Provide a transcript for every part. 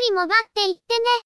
りもばっていってね。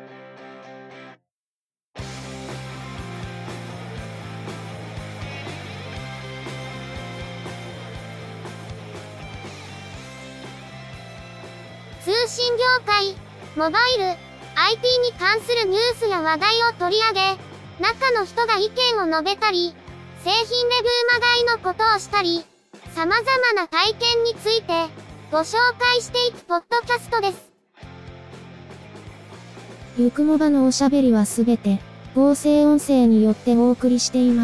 通信業界、モバイル、IT に関するニュースや話題を取り上げ、中の人が意見を述べたり、製品レビューまがいのことをしたり、様々な体験についてご紹介していくポッドキャストです。 ゆくもばのおしゃべりはすべて合成音声によってお送りしています。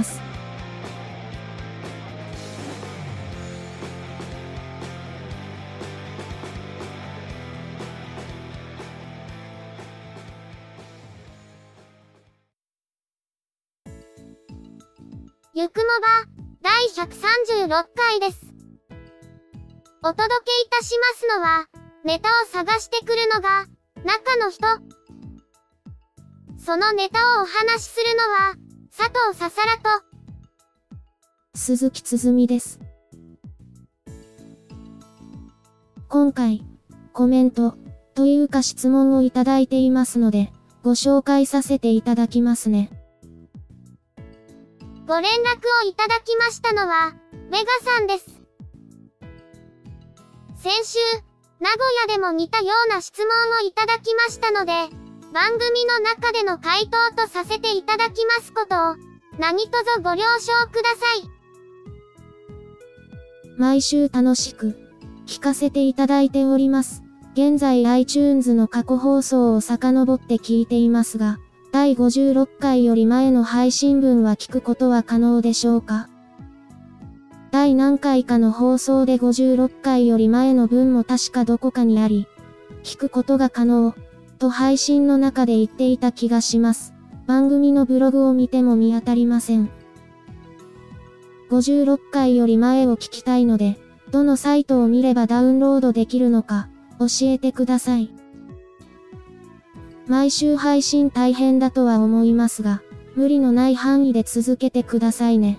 ゆくもば第136回です。お届けいたしますのは、ネタを探してくるのが中の人。そのネタをお話しするのは佐藤ささらと鈴木つづみです。今回コメントというか質問をいただいていますのでご紹介させていただきますね。 ご連絡をいただきましたのはベガさんです。先週名古屋でも似たような質問をいただきましたので、番組の中での回答とさせていただきますことを何卒ご了承ください。 毎週楽しく聞かせていただいております。現在 iTunes の過去放送を遡って聞いていますが、第56回より前の配信分は聞くことは可能でしょうか？第何回かの放送で56回より前の分も確かどこかにあり、聞くことが可能と配信の中で言っていた気がします。番組のブログを見ても見当たりません。56回より前を聞きたいので、どのサイトを見ればダウンロードできるのか教えてください。毎週配信大変だとは思いますが、無理のない範囲で続けてくださいね。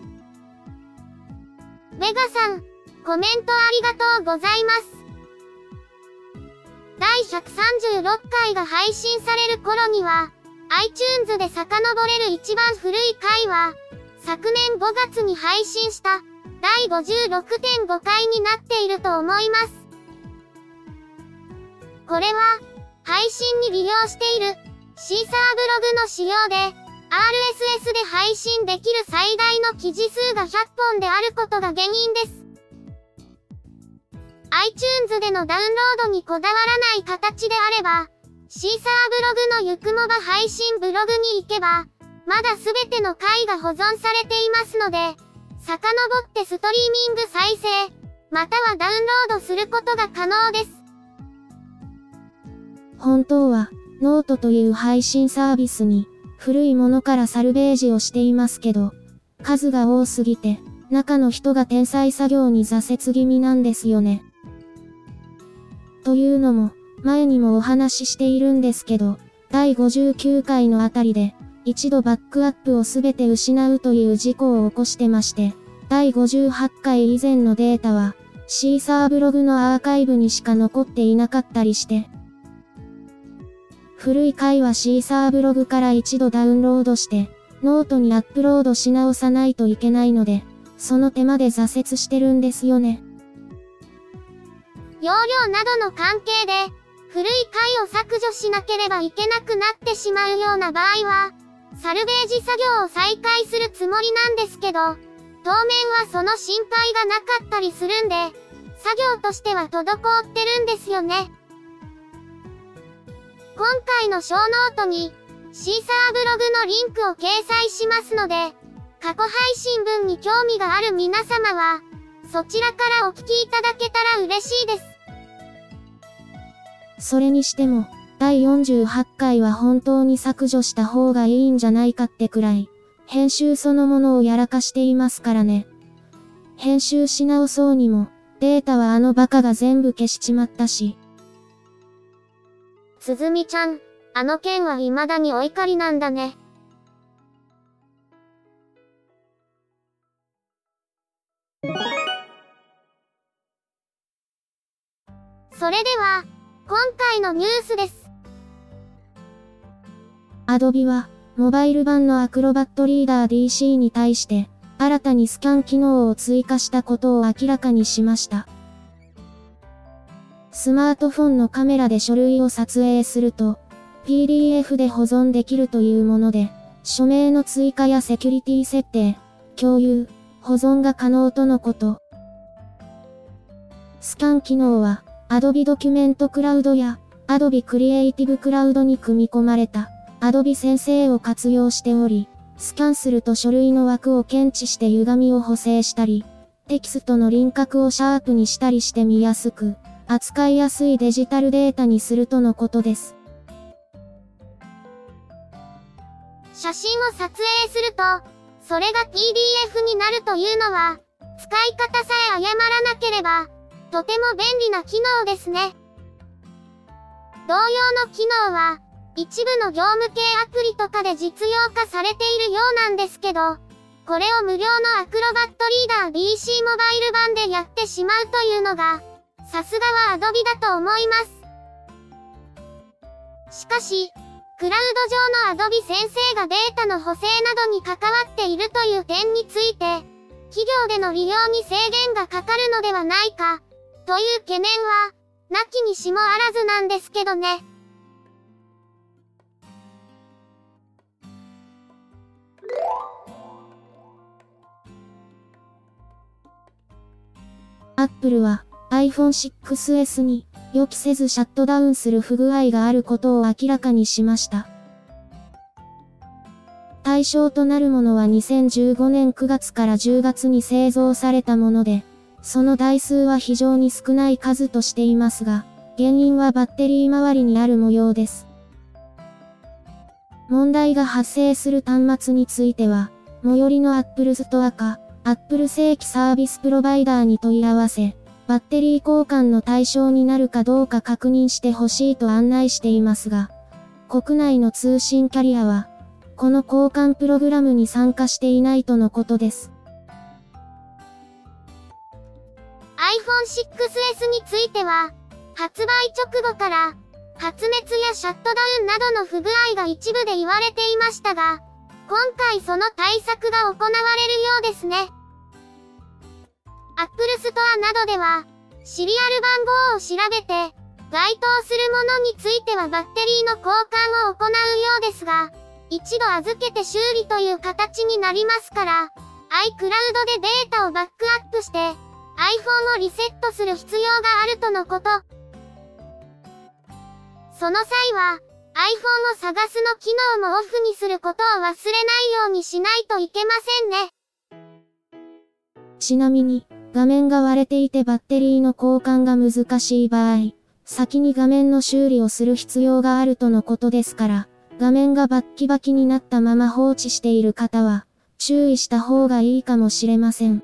ベガさん、コメントありがとうございます。第136回が配信される頃には、iTunes で遡れる一番古い回は、昨年5月に配信した第 56.5 回になっていると思います。これは、配信に利用しているシーサーブログの仕様で RSS で配信できる最大の記事数が100本であることが原因です。iTunes でのダウンロードにこだわらない形であれば、シーサーブログのゆくもば配信ブログに行けば、まだすべての回が保存されていますので、遡ってストリーミング再生、またはダウンロードすることが可能です。 本当は、ノートという配信サービスに、古いものからサルベージをしていますけど、数が多すぎて、中の人が天才作業に挫折気味なんですよね。というのも、前にもお話ししているんですけど、第59回のあたりで、一度バックアップをすべて失うという事故を起こしてまして、第58回以前のデータは、シーサーブログのアーカイブにしか残っていなかったりして、古い回はシーサーブログから一度ダウンロードして、ノートにアップロードし直さないといけないので、その手間で挫折してるんですよね。 容量などの関係で、古い回を削除しなければいけなくなってしまうような場合は、サルベージ作業を再開するつもりなんですけど、当面はその心配がなかったりするんで、作業としては滞ってるんですよね。今回の小ノートに、シーサーブログのリンクを掲載しますので、過去配信分に興味がある皆様は、そちらからお聞きいただけたら嬉しいです。 それにしても、第48回は本当に削除した方がいいんじゃないかってくらい、編集そのものをやらかしていますからね。編集し直そうにも、データはあのバカが全部消しちまったし。 つづみちゃん、あの件は未だにお怒りなんだね。それでは、 今回のニュースです。 Adobe は、モバイル版の Acrobat Reader DC に対して、新たにスキャン機能を追加したことを明らかにしました。スマートフォンのカメラで書類を撮影すると、PDF で保存できるというもので、署名の追加やセキュリティ設定、共有、保存が可能とのこと。スキャン機能は、Adobe Document Cloud や Adobe Creative Cloud に組み込まれた Adobe Senseiを活用しており、スキャンすると書類の枠を検知して歪みを補正したり、テキストの輪郭をシャープにしたりして見やすく、扱いやすいデジタルデータにするとのことです。 写真を撮影すると、それが PDF になるというのは、使い方さえ誤らなければ、とても便利な機能ですね。同様の機能は、一部の業務系アプリとかで実用化されているようなんですけど、これを無料の Acrobat Reader DC モバイル版でやってしまうというのが、さすがは Adobe だと思います。しかし、クラウド上の Adobe 先生がデータの補正などに関わっているという点について、企業での利用に制限がかかるのではないか、という懸念は、なきにしもあらずなんですけどね。 Apple は iPhone 6S に予期せずシャットダウンする不具合があることを明らかにしました。対象となるものは2015年9月から10月に製造されたもので、その台数は非常に少ない数としていますが、原因はバッテリー周りにある模様です。問題が発生する端末については、最寄りの Apple Store か、Apple 正規サービスプロバイダーに問い合わせ、バッテリー交換の対象になるかどうか確認してほしいと案内していますが、国内の通信キャリアは、この交換プログラムに参加していないとのことです。 iPhone 6S については、発売直後から、発熱やシャットダウンなどの不具合が一部で言われていましたが、今回その対策が行われるようですね。Apple Store などでは、シリアル番号を調べて、該当するものについてはバッテリーの交換を行うようですが、一度預けて修理という形になりますから、iCloud でデータをバックアップして、iPhone をリセットする必要があるとのこと。その際は、iPhone を探すの機能もオフにすることを忘れないようにしないといけませんね。 ちなみに、画面が割れていてバッテリーの交換が難しい場合、先に画面の修理をする必要があるとのことですから、画面がバッキバキになったまま放置している方は、注意した方がいいかもしれません。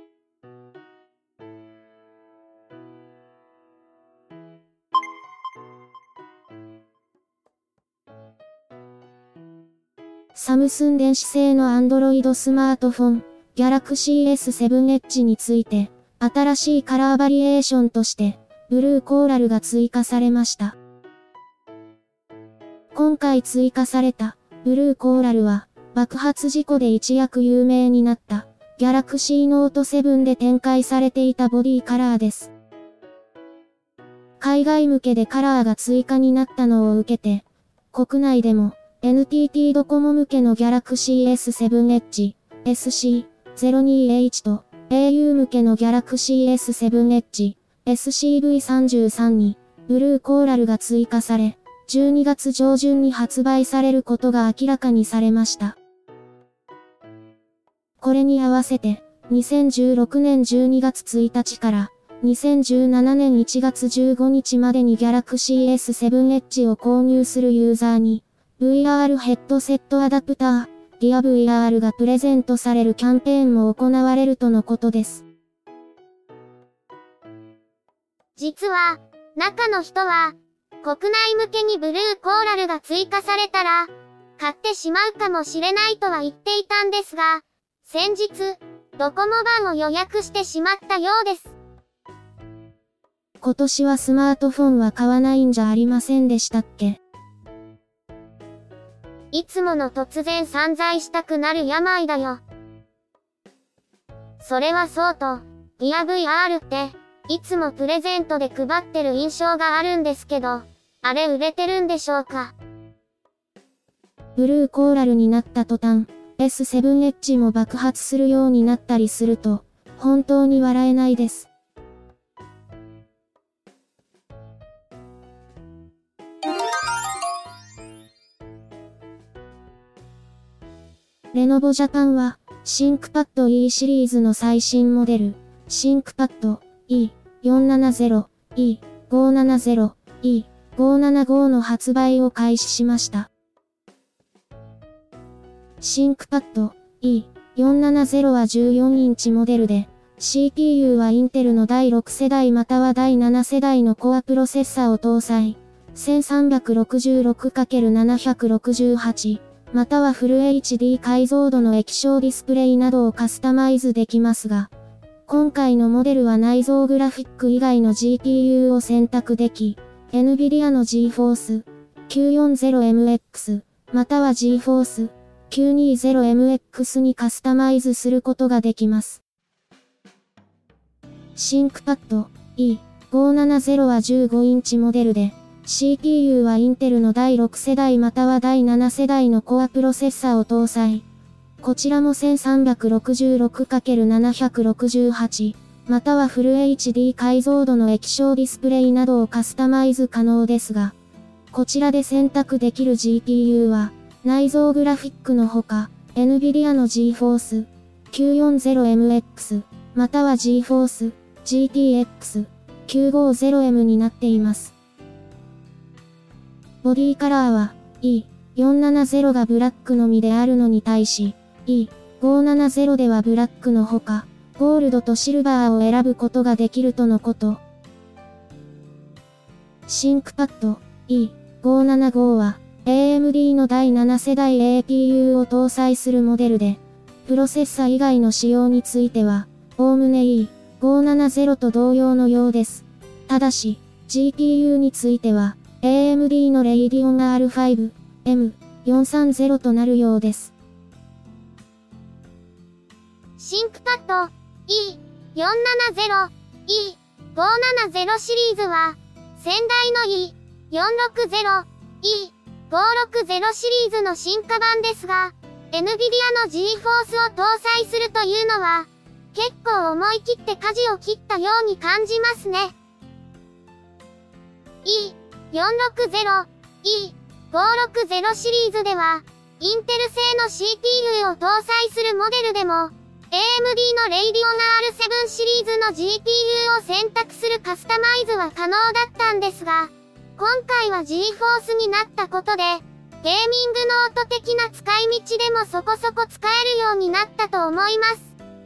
サムスン電子製の Android スマートフォン、Galaxy S7 Edge について、新しいカラーバリエーションとして、ブルーコーラルが追加されました。今回追加された、ブルーコーラルは、爆発事故で一躍有名になった、Galaxy Note 7で展開されていたボディカラーです。海外向けでカラーが追加になったのを受けて、国内でも、NTT ドコモ向けの Galaxy S7 Edge SC02H と au 向けの Galaxy S7 Edge SCV33 にブルーコーラルが追加され、12月上旬に発売されることが明らかにされました。これに合わせて、2016年12月1日から2017年1月15日までに Galaxy S7 Edge を購入するユーザーに、VR ヘッドセットアダプター、Gear VR がプレゼントされるキャンペーンも行われるとのことです。 実は、中の人は、国内向けにブルーコーラルが追加されたら、買ってしまうかもしれないとは言っていたんですが、先日、ドコモ版を予約してしまったようです。 今年はスマートフォンは買わないんじゃありませんでしたっけ？ いつもの突然散財したくなる病だよ。それはそうと、ギア VR って、いつもプレゼントで配ってる印象があるんですけど、あれ売れてるんでしょうか？ ブルーコーラルになった途端、S7 エッジも爆発するようになったりすると、本当に笑えないです。レノボジャパンは、シンクパッド E シリーズの最新モデル、シンクパッド E470、E570、E575 の発売を開始しました。シンクパッド E470 は14インチモデルで、CPU はインテルの第6世代または第7世代のコアプロセッサを搭載。1366×768、またはフル HD 解像度の液晶ディスプレイなどをカスタマイズできますが、今回のモデルは内蔵グラフィック以外の GPU を選択でき、NVIDIA の GeForce940MX、または GeForce 920MX にカスタマイズすることができます。シンクパッド E570 は15インチモデルで、CPU はインテルの第6世代または第7世代のコアプロセッサを搭載。こちらも 1366×768、またはフル HD 解像度の液晶ディスプレイなどをカスタマイズ可能ですが、こちらで選択できる GPU は、内蔵グラフィックのほか、NVIDIA の GeForce 940MX、または GeForce GTX 950M になっています。ボディカラーは E470 がブラックのみであるのに対し、E570 ではブラックのほか、ゴールドとシルバーを選ぶことができるとのこと。シンクパッド E575 は AMD の第7世代 APU を搭載するモデルで、プロセッサ以外の仕様については、おおむね E570 と同様のようです。ただし、GPU については、AMD の Radeon R5M430 となるようです。 シンクパッド E470、E570 シリーズは、先代の E460、E560 シリーズの進化版ですが、NVIDIA の GeForce を搭載するというのは、結構思い切って舵を切ったように感じますね。E460、E560 シリーズでは、インテル製の CPU を搭載するモデルでも、AMD の Radeon R7 シリーズの GPU を選択するカスタマイズは可能だったんですが、今回は GeForce になったことで、ゲーミングノート的な使い道でもそこそこ使えるようになったと思います。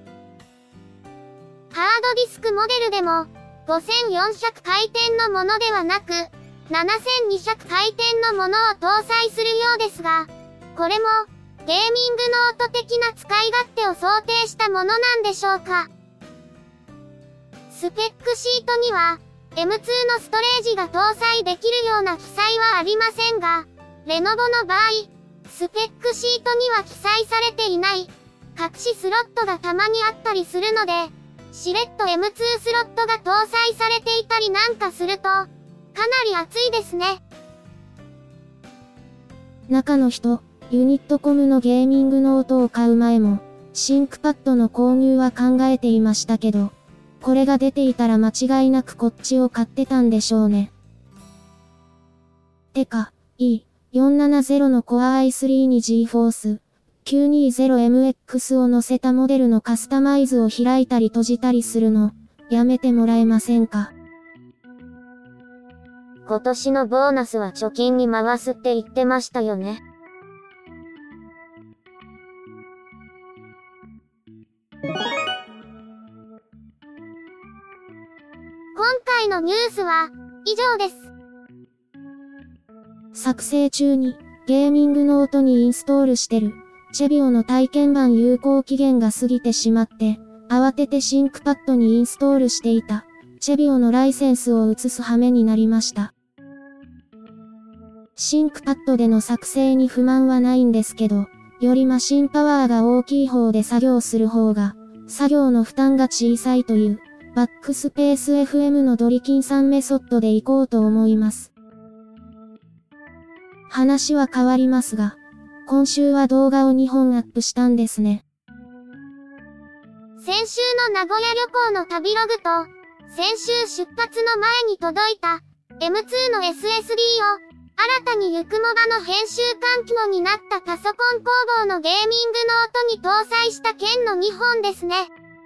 ハードディスクモデルでも、5400回転のものではなく、7200回転のものを搭載するようですが、これも、ゲーミングノート的な使い勝手を想定したものなんでしょうか。スペックシートには、M2 のストレージが搭載できるような記載はありませんが、レノボの場合、スペックシートには記載されていない、隠しスロットがたまにあったりするので、しれっと M2 スロットが搭載されていたりなんかすると、かなり熱いですね。 中の人、ユニットコムのゲーミングノートを買う前も、シンクパッドの購入は考えていましたけど、これが出ていたら間違いなくこっちを買ってたんでしょうね。てか、E470 の Core i3 に GeForce 920MX を載せたモデルのカスタマイズを開いたり閉じたりするの、やめてもらえませんか。 今年のボーナスは貯金に回すって言ってましたよね。今回のニュースは以上です。 作成中にゲーミングノートにインストールしてるチェビオの体験版有効期限が過ぎてしまって、慌ててシンクパッドにインストールしていたチェビオのライセンスを移す羽目になりました。シンクパッドでの作成に不満はないんですけど、よりマシンパワーが大きい方で作業する方が、作業の負担が小さいという、バックスペース FM のドリキンさんメソッドでいこうと思います。話は変わりますが、今週は動画を2本アップしたんですね。 先週の名古屋旅行の旅ログと、先週出発の前に届いた M2 の SSD を、新たにゆくもばの編集環境になったパソコン工房のゲーミングノートに搭載した件の2本ですね。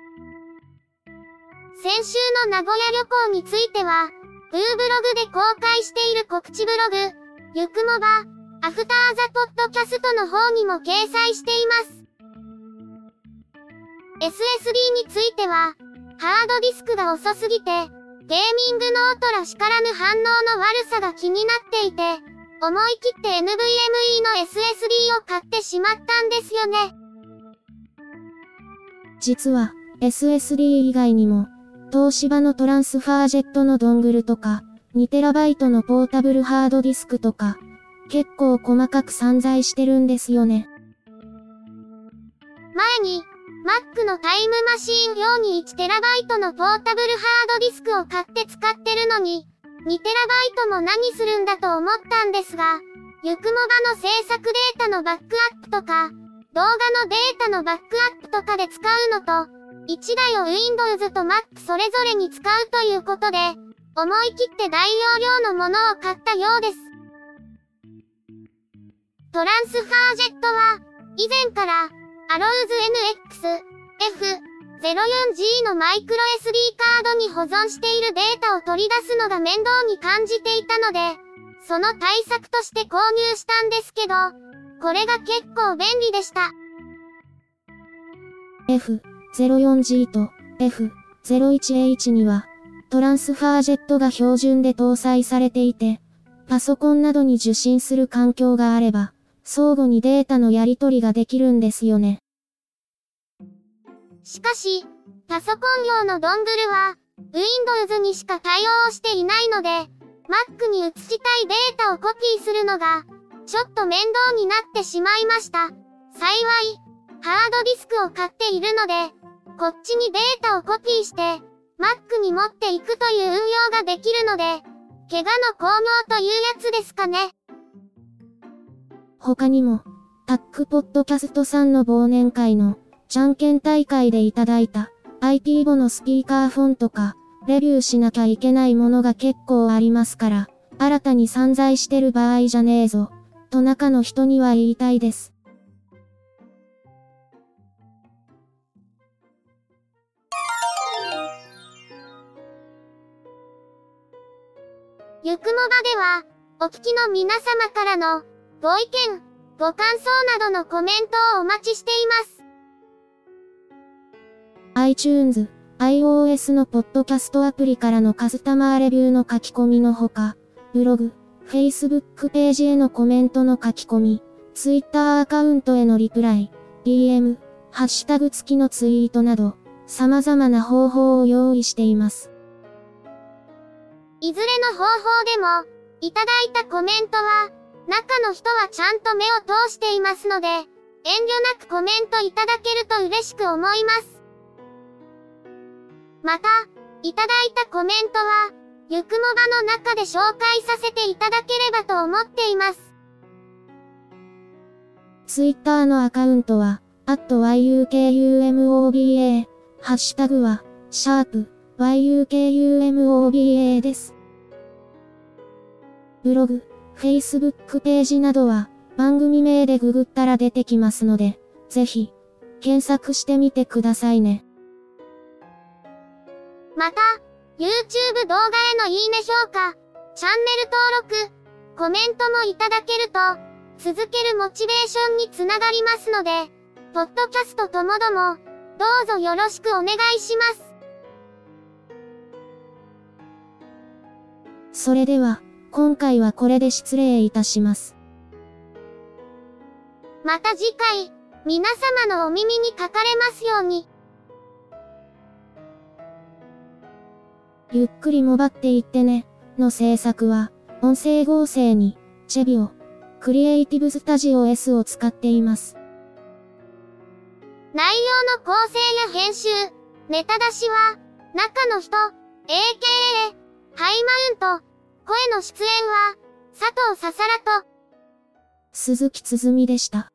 先週の名古屋旅行については、ブーブログで公開している告知ブログ、ゆくもば、アフターザポッドキャストの方にも掲載しています。SSD については、ハードディスクが遅すぎて、ゲーミングノートらしからぬ反応の悪さが気になっていて、思い切って NVMe の SSD を買ってしまったんですよね。 実は、SSD 以外にも、東芝のトランスファージェットのドングルとか、2TB のポータブルハードディスクとか、結構細かく散在してるんですよね。 前に、Mac のタイムマシーン用に 1TB のポータブルハードディスクを買って使ってるのに、2TB も何するんだと思ったんですが、ゆくもばの制作データのバックアップとか、動画のデータのバックアップとかで使うのと、1台を Windows と Mac それぞれに使うということで、思い切って大容量のものを買ったようです。トランスファージェットは、以前から、アローズ NX F04G のマイクロ SD カードに保存しているデータを取り出すのが面倒に感じていたので、その対策として購入したんですけど、これが結構便利でした。 F04G と F01H には、トランスファージェットが標準で搭載されていて、パソコンなどに受信する環境があれば、相互にデータのやり取りができるんですよね。 しかし、パソコン用のドングルは、Windows にしか対応していないので、Mac に移したいデータをコピーするのが、ちょっと面倒になってしまいました。幸い、ハードディスクを買っているので、こっちにデータをコピーして、Mac に持っていくという運用ができるので、怪我の巧妙というやつですかね。 他にも、タックポッドキャストさんの忘年会の、じゃんけん大会でいただいた、IP5 のスピーカーフォンとか、レビューしなきゃいけないものが結構ありますから、新たに散在してる場合じゃねえぞ、と中の人には言いたいです。 ゆくもばでは、お聞きの皆様からの、ご意見、ご感想などのコメントをお待ちしています。 iTunes、iOS のポッドキャストアプリからのカスタマーレビューの書き込みのほか、ブログ、Facebook ページへのコメントの書き込み、Twitter アカウントへのリプライ、DM、ハッシュタグ付きのツイートなど、様々な方法を用意しています。 いずれの方法でも、いただいたコメントは、中の人はちゃんと目を通していますので、遠慮なくコメントいただけると嬉しく思います。また、いただいたコメントは、ゆくもばの中で紹介させていただければと思っています。 Twitter のアカウントは、@yukumoba、ハッシュタグは、#yukumoba です。ブログ、Facebook ページなどは、番組名でググったら出てきますので、ぜひ、検索してみてくださいね。 また、YouTube 動画へのいいね評価、チャンネル登録、コメントもいただけると、続けるモチベーションにつながりますので、ポッドキャストともども、どうぞよろしくお願いします。 それでは、今回はこれで失礼いたします。 また次回、皆様のお耳にかかれますように。 ゆっくりもばっていってね、の制作は、音声合成に、チェビオ、クリエイティブスタジオ S を使っています。 内容の構成や編集、ネタ出しは、中の人、AKA、ハイマウント、声の出演は、佐藤ささらと、 鈴木つづみでした。